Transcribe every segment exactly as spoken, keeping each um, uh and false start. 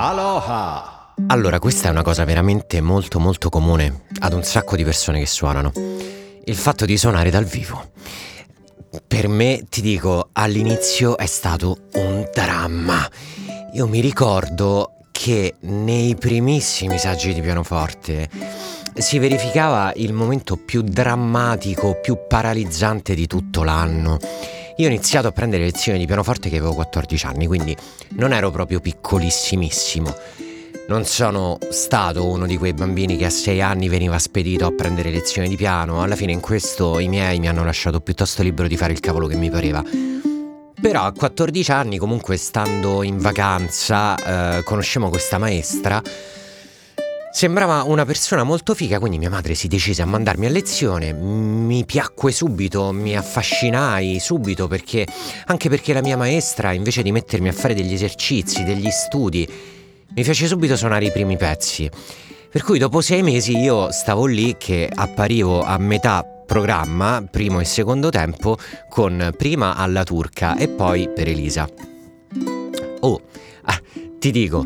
Aloha! Allora, questa è una cosa veramente molto molto comune ad un sacco di persone che suonano. Il fatto di suonare dal vivo. Per me, ti dico, all'inizio è stato un dramma. Io mi ricordo che nei primissimi saggi di pianoforte si verificava il momento più drammatico, più paralizzante di tutto l'anno. Io ho iniziato a prendere lezioni di pianoforte che avevo quattordici anni, quindi non ero proprio piccolissimissimo. Non sono stato uno di quei bambini che a sei anni veniva spedito a prendere lezioni di piano. Alla fine in questo i miei mi hanno lasciato piuttosto libero di fare il cavolo che mi pareva. Però a quattordici anni, comunque, stando in vacanza, eh, conoscevo questa maestra. Sembrava una persona molto figa, quindi mia madre si decise a mandarmi a lezione. Mi piacque subito, mi affascinai subito, perché anche perché la mia maestra, invece di mettermi a fare degli esercizi, degli studi, mi fece subito suonare i primi pezzi. Per cui dopo sei mesi io stavo lì che apparivo a metà programma, primo e secondo tempo, con prima alla turca e poi per Elisa. Oh, ah, ti dico,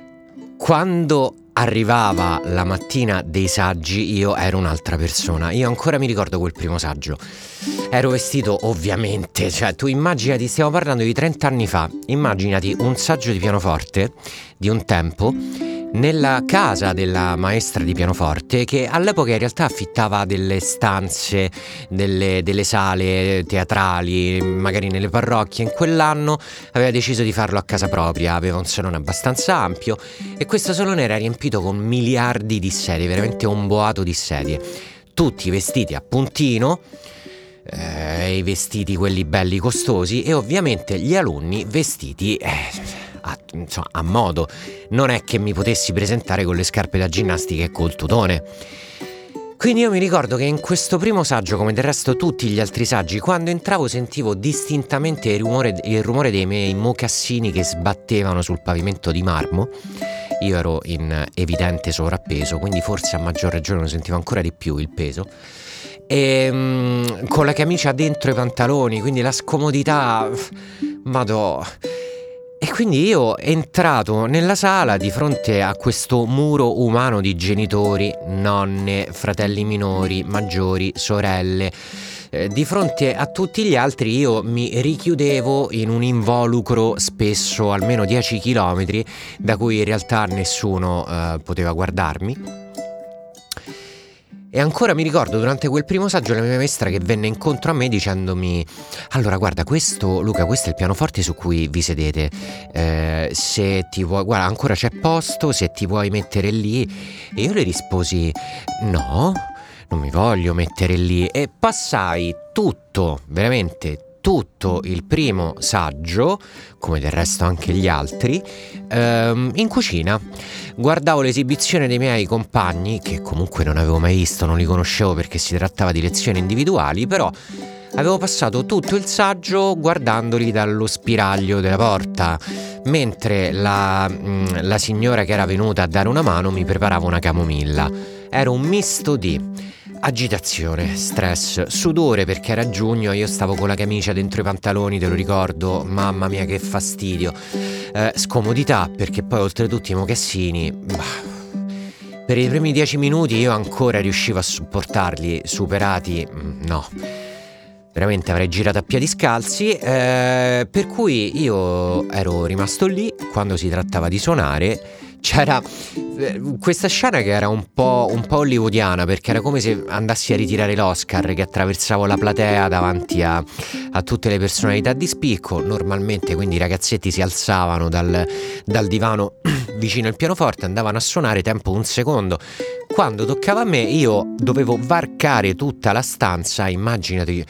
quando arrivava la mattina dei saggi io ero un'altra persona. Io ancora mi ricordo quel primo saggio. Ero vestito, ovviamente, cioè tu immaginati, stiamo parlando di trenta anni fa, immaginati un saggio di pianoforte di un tempo nella casa della maestra di pianoforte, che all'epoca in realtà affittava delle stanze, delle, delle sale teatrali, magari nelle parrocchie. In quell'anno aveva deciso di farlo a casa propria, aveva un salone abbastanza ampio e questo salone era riempito con miliardi di sedie, veramente un boato di sedie, tutti vestiti a puntino, eh, i vestiti quelli belli costosi, e ovviamente gli alunni vestiti eh, A, insomma, a modo. Non è che mi potessi presentare con le scarpe da ginnastica e col tutone. Quindi io mi ricordo che in questo primo saggio, come del resto tutti gli altri saggi, quando entravo sentivo distintamente il rumore, il rumore dei miei mocassini che sbattevano sul pavimento di marmo. Io ero in evidente sovrappeso, quindi forse a maggior ragione lo sentivo ancora di più il peso. E um, con la camicia dentro i pantaloni, quindi la scomodità, madò. E quindi io entrato nella sala di fronte a questo muro umano di genitori, nonne, fratelli minori, maggiori, sorelle. Eh, di fronte a tutti gli altri io mi richiudevo in un involucro spesso almeno dieci chilometri, da cui in realtà nessuno eh, poteva guardarmi. E ancora mi ricordo durante quel primo saggio la mia maestra che venne incontro a me dicendomi: allora guarda, questo Luca, questo è il pianoforte su cui vi sedete, eh, se ti vuoi, guarda, ancora c'è posto, se ti vuoi mettere lì. E io le risposi: no, non mi voglio mettere lì. E passai tutto, veramente tutto il primo saggio, come del resto anche gli altri, ehm, in cucina. Guardavo l'esibizione dei miei compagni, che comunque non avevo mai visto, non li conoscevo perché si trattava di lezioni individuali, però avevo passato tutto il saggio guardandoli dallo spiraglio della porta, mentre la, la signora che era venuta a dare una mano mi preparava una camomilla. Era un misto di agitazione, stress, sudore perché era giugno, io stavo con la camicia dentro i pantaloni, te lo ricordo, mamma mia che fastidio, eh, scomodità perché poi oltretutto i mocassini, bah, per i primi dieci minuti io ancora riuscivo a sopportarli, superati no, veramente avrei girato a piedi scalzi, eh, per cui io ero rimasto lì. Quando si trattava di suonare c'era questa scena che era un po', un po' hollywoodiana, perché era come se andassi a ritirare l'Oscar, che attraversavo la platea davanti a, a tutte le personalità di spicco. Normalmente quindi i ragazzetti si alzavano dal, dal divano vicino al pianoforte, andavano a suonare, tempo un secondo. Quando toccava a me io dovevo varcare tutta la stanza. Immaginati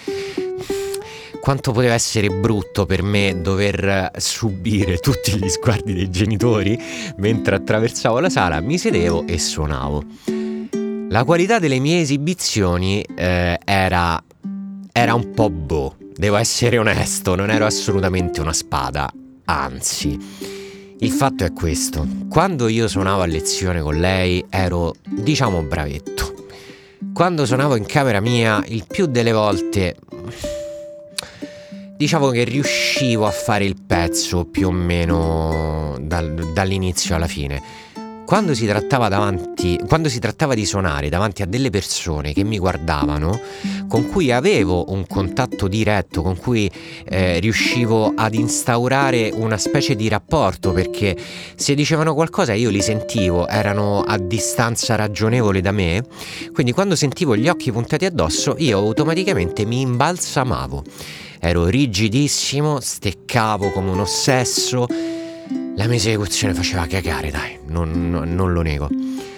quanto poteva essere brutto per me dover subire tutti gli sguardi dei genitori mentre attraversavo la sala. Mi sedevo e suonavo. La qualità delle mie esibizioni eh, era era un po' boh, devo essere onesto, non ero assolutamente una spada, anzi. Il fatto è questo: quando io suonavo a lezione con lei ero, diciamo, bravetto. Quando suonavo in camera mia, il più delle volte, diciamo che riuscivo a fare il pezzo più o meno dal, dall'inizio alla fine. Quando si trattava davanti, quando si trattava di suonare davanti a delle persone che mi guardavano, con cui avevo un contatto diretto, con cui eh, riuscivo ad instaurare una specie di rapporto, perché se dicevano qualcosa io li sentivo, erano a distanza ragionevole da me, quindi quando sentivo gli occhi puntati addosso io automaticamente mi imbalsamavo, ero rigidissimo, steccavo come un ossesso. La mia esecuzione faceva cagare, dai, non, non, non lo nego.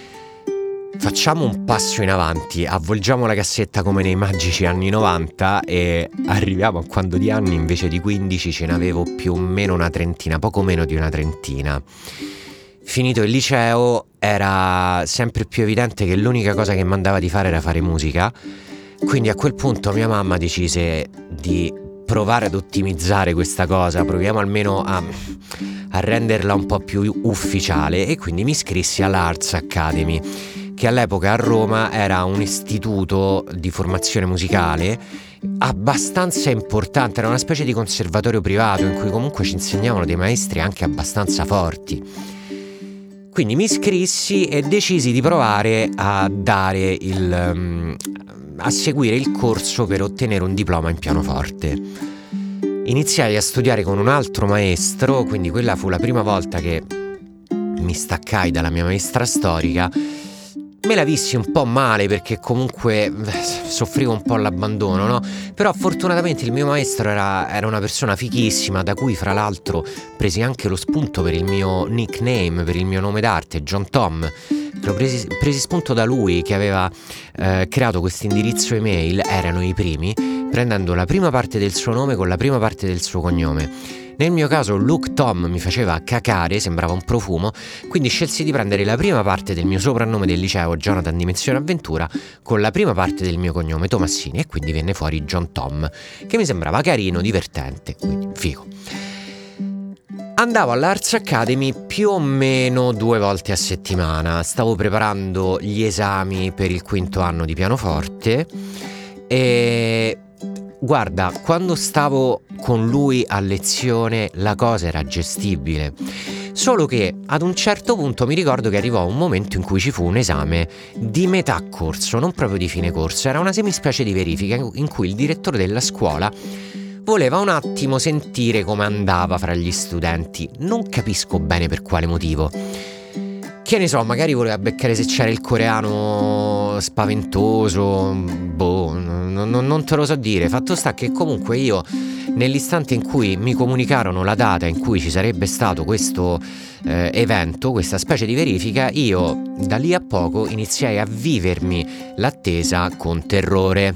Facciamo un passo in avanti, avvolgiamo la cassetta come nei magici anni novanta e arriviamo a quando di anni invece di quindici ce n'avevo più o meno una trentina, poco meno di una trentina. Finito il liceo era sempre più evidente che l'unica cosa che mi andava di fare era fare musica, quindi a quel punto mia mamma decise di provare ad ottimizzare questa cosa, proviamo almeno a, a renderla un po' più ufficiale, e quindi mi iscrissi alla Arts Academy, che all'epoca a Roma era un istituto di formazione musicale abbastanza importante, era una specie di conservatorio privato in cui comunque ci insegnavano dei maestri anche abbastanza forti. Quindi mi iscrissi e decisi di provare a dare il um, a seguire il corso per ottenere un diploma in pianoforte. Iniziai a studiare con un altro maestro, quindi quella fu la prima volta che mi staccai dalla mia maestra storica. Me la vissi un po' male perché comunque soffrivo un po' l'abbandono, no? Però fortunatamente il mio maestro era, era una persona fighissima, da cui fra l'altro presi anche lo spunto per il mio nickname, per il mio nome d'arte, John Tom. L'ho presi, presi spunto da lui, che aveva eh, creato questo indirizzo email, erano i primi, prendendo la prima parte del suo nome con la prima parte del suo cognome. Nel mio caso Luke Tom mi faceva cacare, sembrava un profumo, quindi scelsi di prendere la prima parte del mio soprannome del liceo, Jonathan Dimensione Avventura, con la prima parte del mio cognome, Tomassini, e quindi venne fuori John Tom, che mi sembrava carino, divertente, quindi figo. Andavo all'Arts Academy più o meno due volte a settimana, stavo preparando gli esami per il quinto anno di pianoforte e guarda, quando stavo con lui a lezione la cosa era gestibile, solo che ad un certo punto mi ricordo che arrivò un momento in cui ci fu un esame di metà corso, non proprio di fine corso, era una semispecie di verifica in cui il direttore della scuola voleva un attimo sentire come andava fra gli studenti, non capisco bene per quale motivo. Che ne so, magari voleva beccare se c'era il coreano spaventoso, boh, non, non, non te lo so dire. Fatto sta che comunque io, nell'istante in cui mi comunicarono la data in cui ci sarebbe stato questo eh, evento, questa specie di verifica, io da lì a poco iniziai a vivermi l'attesa con terrore.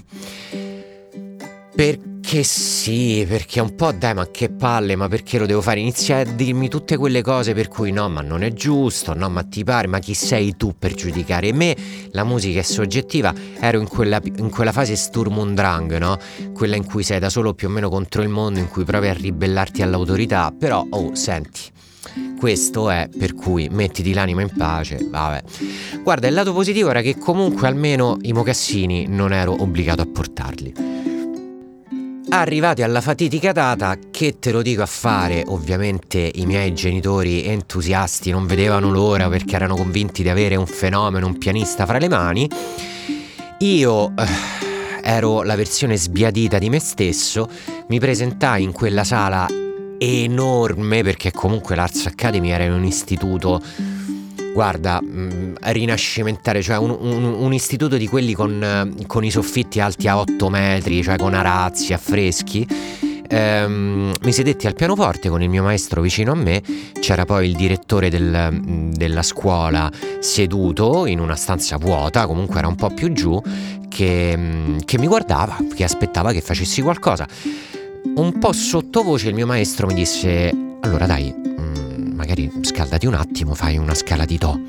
Perché sì, perché un po' dai, ma che palle, ma perché lo devo fare? Iniziai a dirmi tutte quelle cose per cui no, ma non è giusto, no, ma ti pare, ma chi sei tu per giudicare me? La musica è soggettiva, ero in quella, in quella fase Sturm und Drang, no? Quella in cui sei da solo più o meno contro il mondo, in cui provi a ribellarti all'autorità, però, oh, senti, questo è, per cui mettiti l'anima in pace, vabbè. Guarda, il lato positivo era che comunque almeno i mocassini non ero obbligato a portarli. Arrivati alla fatidica data, che te lo dico a fare, ovviamente i miei genitori entusiasti non vedevano l'ora perché erano convinti di avere un fenomeno, un pianista fra le mani. Io eh, ero la versione sbiadita di me stesso, mi presentai in quella sala enorme, perché comunque l'Arts Academy era in un istituto, guarda, mh, rinascimentale, cioè un, un, un istituto di quelli con, con i soffitti alti a otto metri, cioè con arazzi, affreschi. Ehm, mi sedetti al pianoforte con il mio maestro vicino a me, c'era poi il direttore del, della scuola seduto in una stanza vuota, comunque era un po' più giù, che, che mi guardava, che aspettava che facessi qualcosa. Un po' sottovoce il mio maestro mi disse: allora dai, magari scaldati un attimo, fai una scala di do.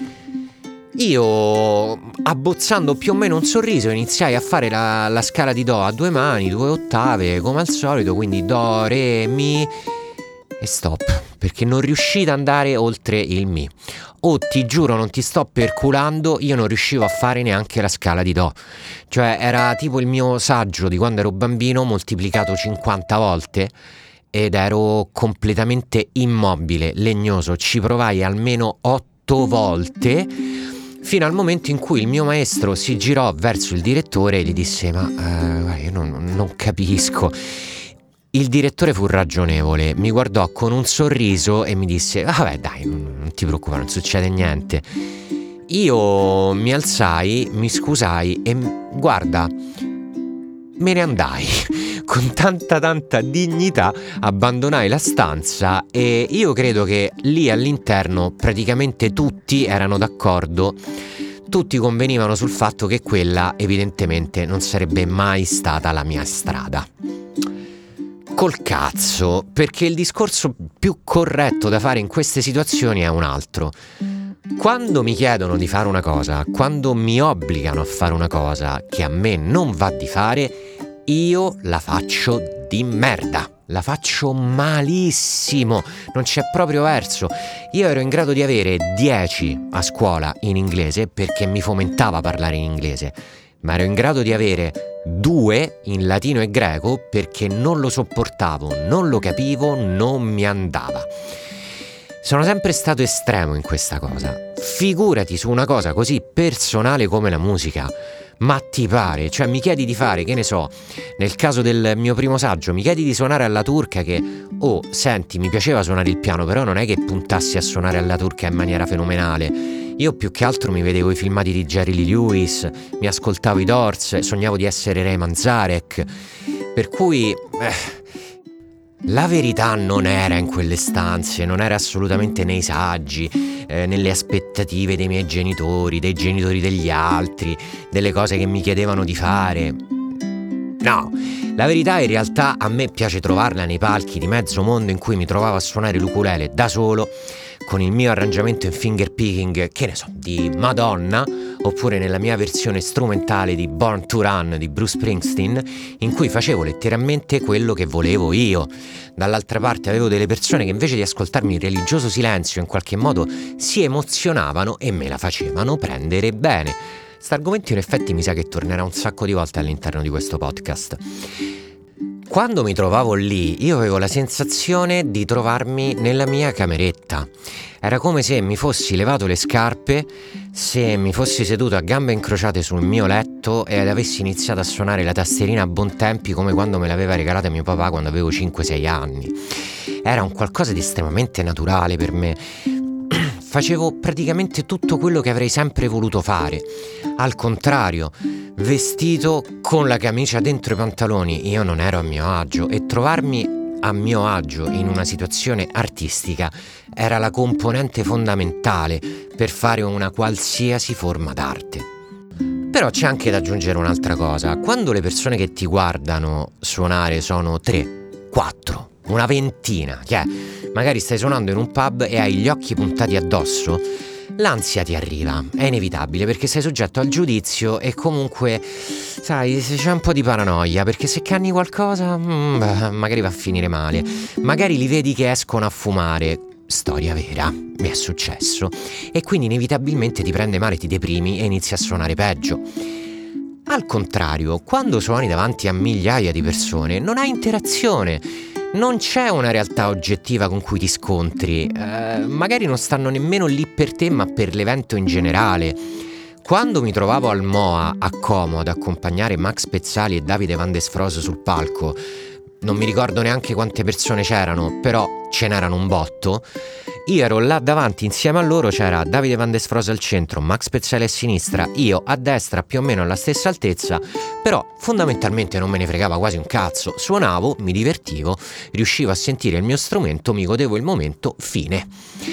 Io, abbozzando più o meno un sorriso, iniziai a fare la, la scala di do a due mani, due ottave, come al solito, quindi do, re, mi. e stop, perché non riuscii ad andare oltre il mi. O ti giuro, non ti sto perculando, io non riuscivo a fare neanche la scala di do. Cioè era tipo il mio saggio di quando ero bambino moltiplicato cinquanta volte, ed ero completamente immobile, legnoso. Ci provai almeno otto volte, fino al momento in cui il mio maestro si girò verso il direttore e gli disse: ma eh, io non, non capisco. Il direttore fu ragionevole, mi guardò con un sorriso e mi disse: vabbè dai, non ti preoccupare, non succede niente. Io mi alzai, mi scusai e guarda, me ne andai con tanta tanta dignità, abbandonai la stanza, e io credo che lì all'interno praticamente tutti erano d'accordo. Tutti convenivano sul fatto che quella evidentemente non sarebbe mai stata la mia strada. Col cazzo, perché il discorso più corretto da fare in queste situazioni è un altro. Quando mi chiedono di fare una cosa, quando mi obbligano a fare una cosa che a me non va di fare, io la faccio di merda. La faccio malissimo, non c'è proprio verso. Io ero in grado di avere dieci a scuola in inglese perché mi fomentava parlare in inglese, ma ero in grado di avere due in latino e greco perché non lo sopportavo, non lo capivo, non mi andava. Sono sempre stato estremo in questa cosa. Figurati su una cosa così personale come la musica. Ma ti pare? Cioè mi chiedi di fare, che ne so, nel caso del mio primo saggio, mi chiedi di suonare alla turca, che, oh, senti, mi piaceva suonare il piano, però non è che puntassi a suonare alla turca in maniera fenomenale. Io più che altro mi vedevo i filmati di Jerry Lee Lewis, mi ascoltavo i Doors, sognavo di essere Ray Manzarek, per cui... Eh, la verità non era in quelle stanze, non era assolutamente nei saggi, eh, nelle aspettative dei miei genitori, dei genitori degli altri, delle cose che mi chiedevano di fare. No, la verità in realtà a me piace trovarla nei palchi di mezzo mondo in cui mi trovavo a suonare l'ukulele da solo, con il mio arrangiamento in finger picking, che ne so, di Madonna, oppure nella mia versione strumentale di Born to Run di Bruce Springsteen, in cui facevo letteralmente quello che volevo io. Dall'altra parte avevo delle persone che invece di ascoltarmi in religioso silenzio in qualche modo si emozionavano e me la facevano prendere bene. St'argomento in effetti mi sa che tornerà un sacco di volte all'interno di questo podcast. Quando mi trovavo lì, io avevo la sensazione di trovarmi nella mia cameretta. Era come se mi fossi levato le scarpe, se mi fossi seduto a gambe incrociate sul mio letto ed avessi iniziato a suonare la tastierina a buon tempi come quando me l'aveva regalata mio papà quando avevo cinque sei anni. Era un qualcosa di estremamente naturale per me. Facevo praticamente tutto quello che avrei sempre voluto fare. Al contrario, vestito con la camicia dentro i pantaloni, io non ero a mio agio, e trovarmi a mio agio in una situazione artistica era la componente fondamentale per fare una qualsiasi forma d'arte. Però c'è anche da aggiungere un'altra cosa. Quando le persone che ti guardano suonare sono tre, quattro, una ventina, che è, magari stai suonando in un pub e hai gli occhi puntati addosso, l'ansia ti arriva, è inevitabile, perché sei soggetto al giudizio e comunque, sai, c'è un po' di paranoia, perché se canni qualcosa, mm, magari va a finire male. Magari li vedi che escono a fumare, storia vera, mi è successo, e quindi inevitabilmente ti prende male, ti deprimi e inizi a suonare peggio. Al contrario, quando suoni davanti a migliaia di persone non hai interazione, non c'è una realtà oggettiva con cui ti scontri, eh, magari non stanno nemmeno lì per te ma per l'evento in generale. Quando mi trovavo al M O A a Como ad accompagnare Max Pezzali e Davide Van der Sfroos sul palco, non mi ricordo neanche quante persone c'erano, però ce n'erano un botto, io ero là davanti, insieme a loro c'era Davide Van der Sfroos al centro, Max Pezzali a sinistra, io a destra più o meno alla stessa altezza, però fondamentalmente non me ne fregava quasi un cazzo. Suonavo, mi divertivo, riuscivo a sentire il mio strumento, mi godevo il momento, fine.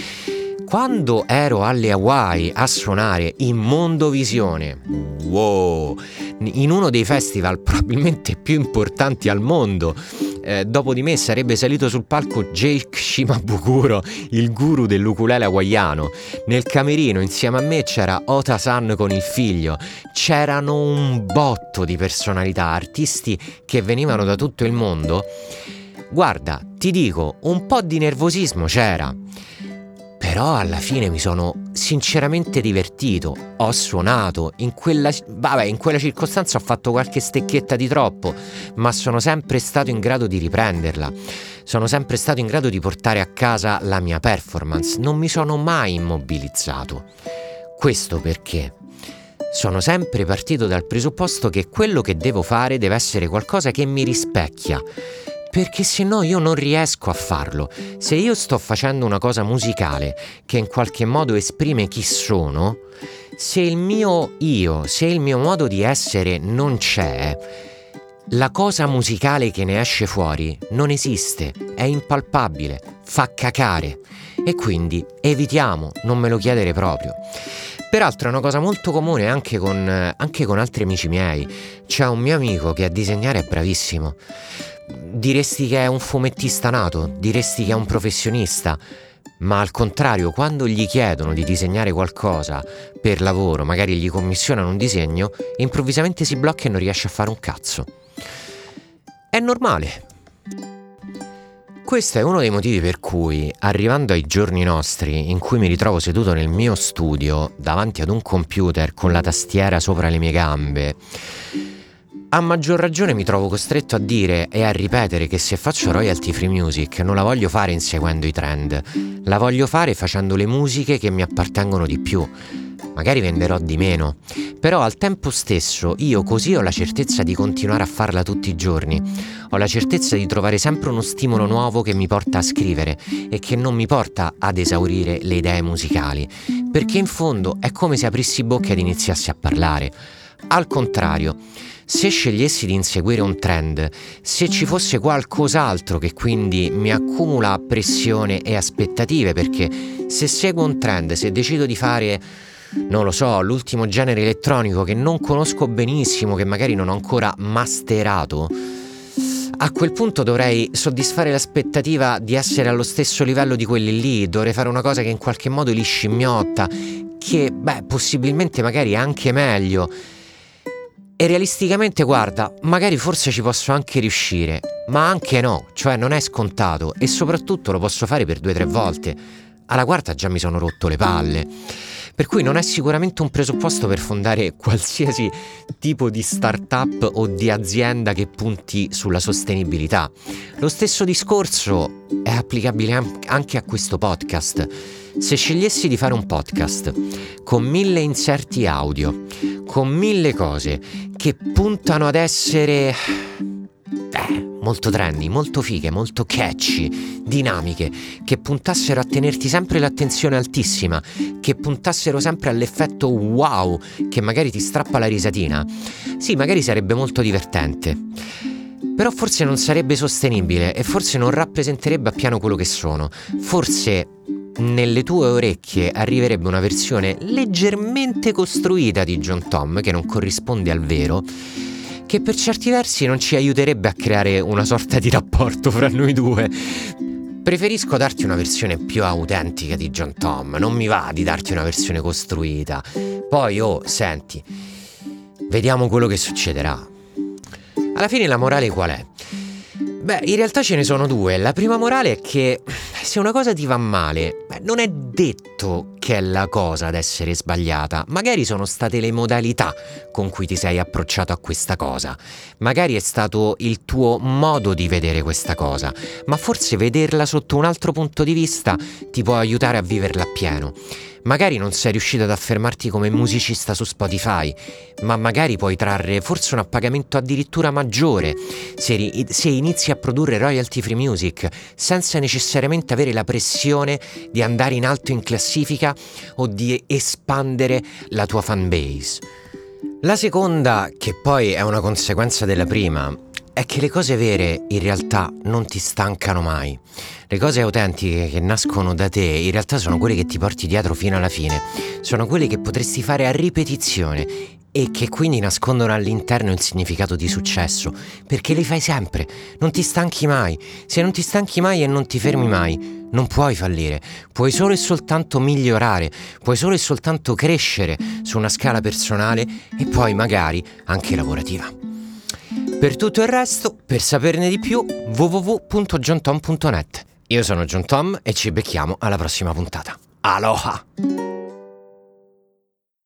Quando ero alle Hawaii a suonare in Mondovisione, wow, in uno dei festival probabilmente più importanti al mondo, eh, dopo di me sarebbe salito sul palco Jake Shimabukuro, il guru dell'ukulele hawaiano. Nel camerino insieme a me c'era Ota-san con il figlio. C'erano un botto di personalità, artisti che venivano da tutto il mondo. Guarda, ti dico, un po' di nervosismo c'era, però alla fine mi sono sinceramente divertito. Ho suonato in quella, vabbè, in quella circostanza ho fatto qualche stecchetta di troppo, ma sono sempre stato in grado di riprenderla. Sono sempre stato in grado di portare a casa la mia performance. Non mi sono mai immobilizzato. Questo perché sono sempre partito dal presupposto che quello che devo fare deve essere qualcosa che mi rispecchia, perché se no io non riesco a farlo. Se io sto facendo una cosa musicale che in qualche modo esprime chi sono, se il mio io, se il mio modo di essere non c'è, la cosa musicale che ne esce fuori non esiste, è impalpabile, fa cacare, e quindi evitiamo, non me lo chiedere proprio. Peraltro è una cosa molto comune anche con, anche con altri amici miei. C'è un mio amico che a disegnare è bravissimo. Diresti che è un fumettista nato, diresti che è un professionista, ma al contrario, quando gli chiedono di disegnare qualcosa per lavoro, magari gli commissionano un disegno, improvvisamente si blocca e non riesce a fare un cazzo. È normale. Questo è uno dei motivi per cui, arrivando ai giorni nostri, in cui mi ritrovo seduto nel mio studio, davanti ad un computer con la tastiera sopra le mie gambe, a maggior ragione mi trovo costretto a dire e a ripetere che se faccio royalty free music non la voglio fare inseguendo i trend, la voglio fare facendo le musiche che mi appartengono di più. Magari venderò di meno, però al tempo stesso io così ho la certezza di continuare a farla tutti i giorni. Ho la certezza di trovare sempre uno stimolo nuovo che mi porta a scrivere e che non mi porta ad esaurire le idee musicali, perché in fondo è come se aprissi bocca ed iniziassi a parlare. Al contrario, se scegliessi di inseguire un trend, se ci fosse qualcos'altro che quindi mi accumula pressione e aspettative, perché se seguo un trend, se decido di fare, non lo so, l'ultimo genere elettronico che non conosco benissimo, che magari non ho ancora masterato, a quel punto dovrei soddisfare l'aspettativa di essere allo stesso livello di quelli lì, dovrei fare una cosa che in qualche modo li scimmiotta, che, beh, possibilmente magari è anche meglio. E realisticamente, guarda, magari forse ci posso anche riuscire, ma anche no, cioè non è scontato, e soprattutto lo posso fare per due o tre volte. Alla quarta già mi sono rotto le palle. Per cui non è sicuramente un presupposto per fondare qualsiasi tipo di startup o di azienda che punti sulla sostenibilità. Lo stesso discorso è applicabile anche a questo podcast. Se scegliessi di fare un podcast con mille inserti audio, con mille cose che puntano ad essere eh, molto trendy, molto fighe, molto catchy, dinamiche, che puntassero a tenerti sempre l'attenzione altissima, che puntassero sempre all'effetto wow, che magari ti strappa la risatina, sì, magari sarebbe molto divertente, però forse non sarebbe sostenibile e forse non rappresenterebbe appieno quello che sono. Forse nelle tue orecchie arriverebbe una versione leggermente costruita di John Tom, che non corrisponde al vero, che per certi versi non ci aiuterebbe a creare una sorta di rapporto fra noi due. Preferisco darti una versione più autentica di John Tom, non mi va di darti una versione costruita. Poi, oh, senti, vediamo quello che succederà. Alla fine la morale qual è? Beh, in realtà ce ne sono due. La prima morale è che se una cosa ti va male, beh, non è detto che è la cosa ad essere sbagliata. Magari sono state le modalità con cui ti sei approcciato a questa cosa. Magari è stato il tuo modo di vedere questa cosa. Ma forse vederla sotto un altro punto di vista ti può aiutare a viverla appieno. Magari non sei riuscito ad affermarti come musicista su Spotify, ma magari puoi trarre forse un appagamento addirittura maggiore se, ri- se inizi a produrre royalty free music senza necessariamente avere la pressione di andare in alto in classifica o di espandere la tua fanbase. La seconda, che poi è una conseguenza della prima, è che le cose vere in realtà non ti stancano mai. Le cose autentiche che nascono da te in realtà sono quelle che ti porti dietro fino alla fine, sono quelle che potresti fare a ripetizione e che quindi nascondono all'interno il significato di successo, perché le fai sempre, non ti stanchi mai. Se non ti stanchi mai e non ti fermi mai, non puoi fallire, puoi solo e soltanto migliorare, puoi solo e soltanto crescere su una scala personale e poi magari anche lavorativa. Per tutto il resto, per saperne di più, w w w punto john tom punto net. Io sono John Tom e ci becchiamo alla prossima puntata. Aloha!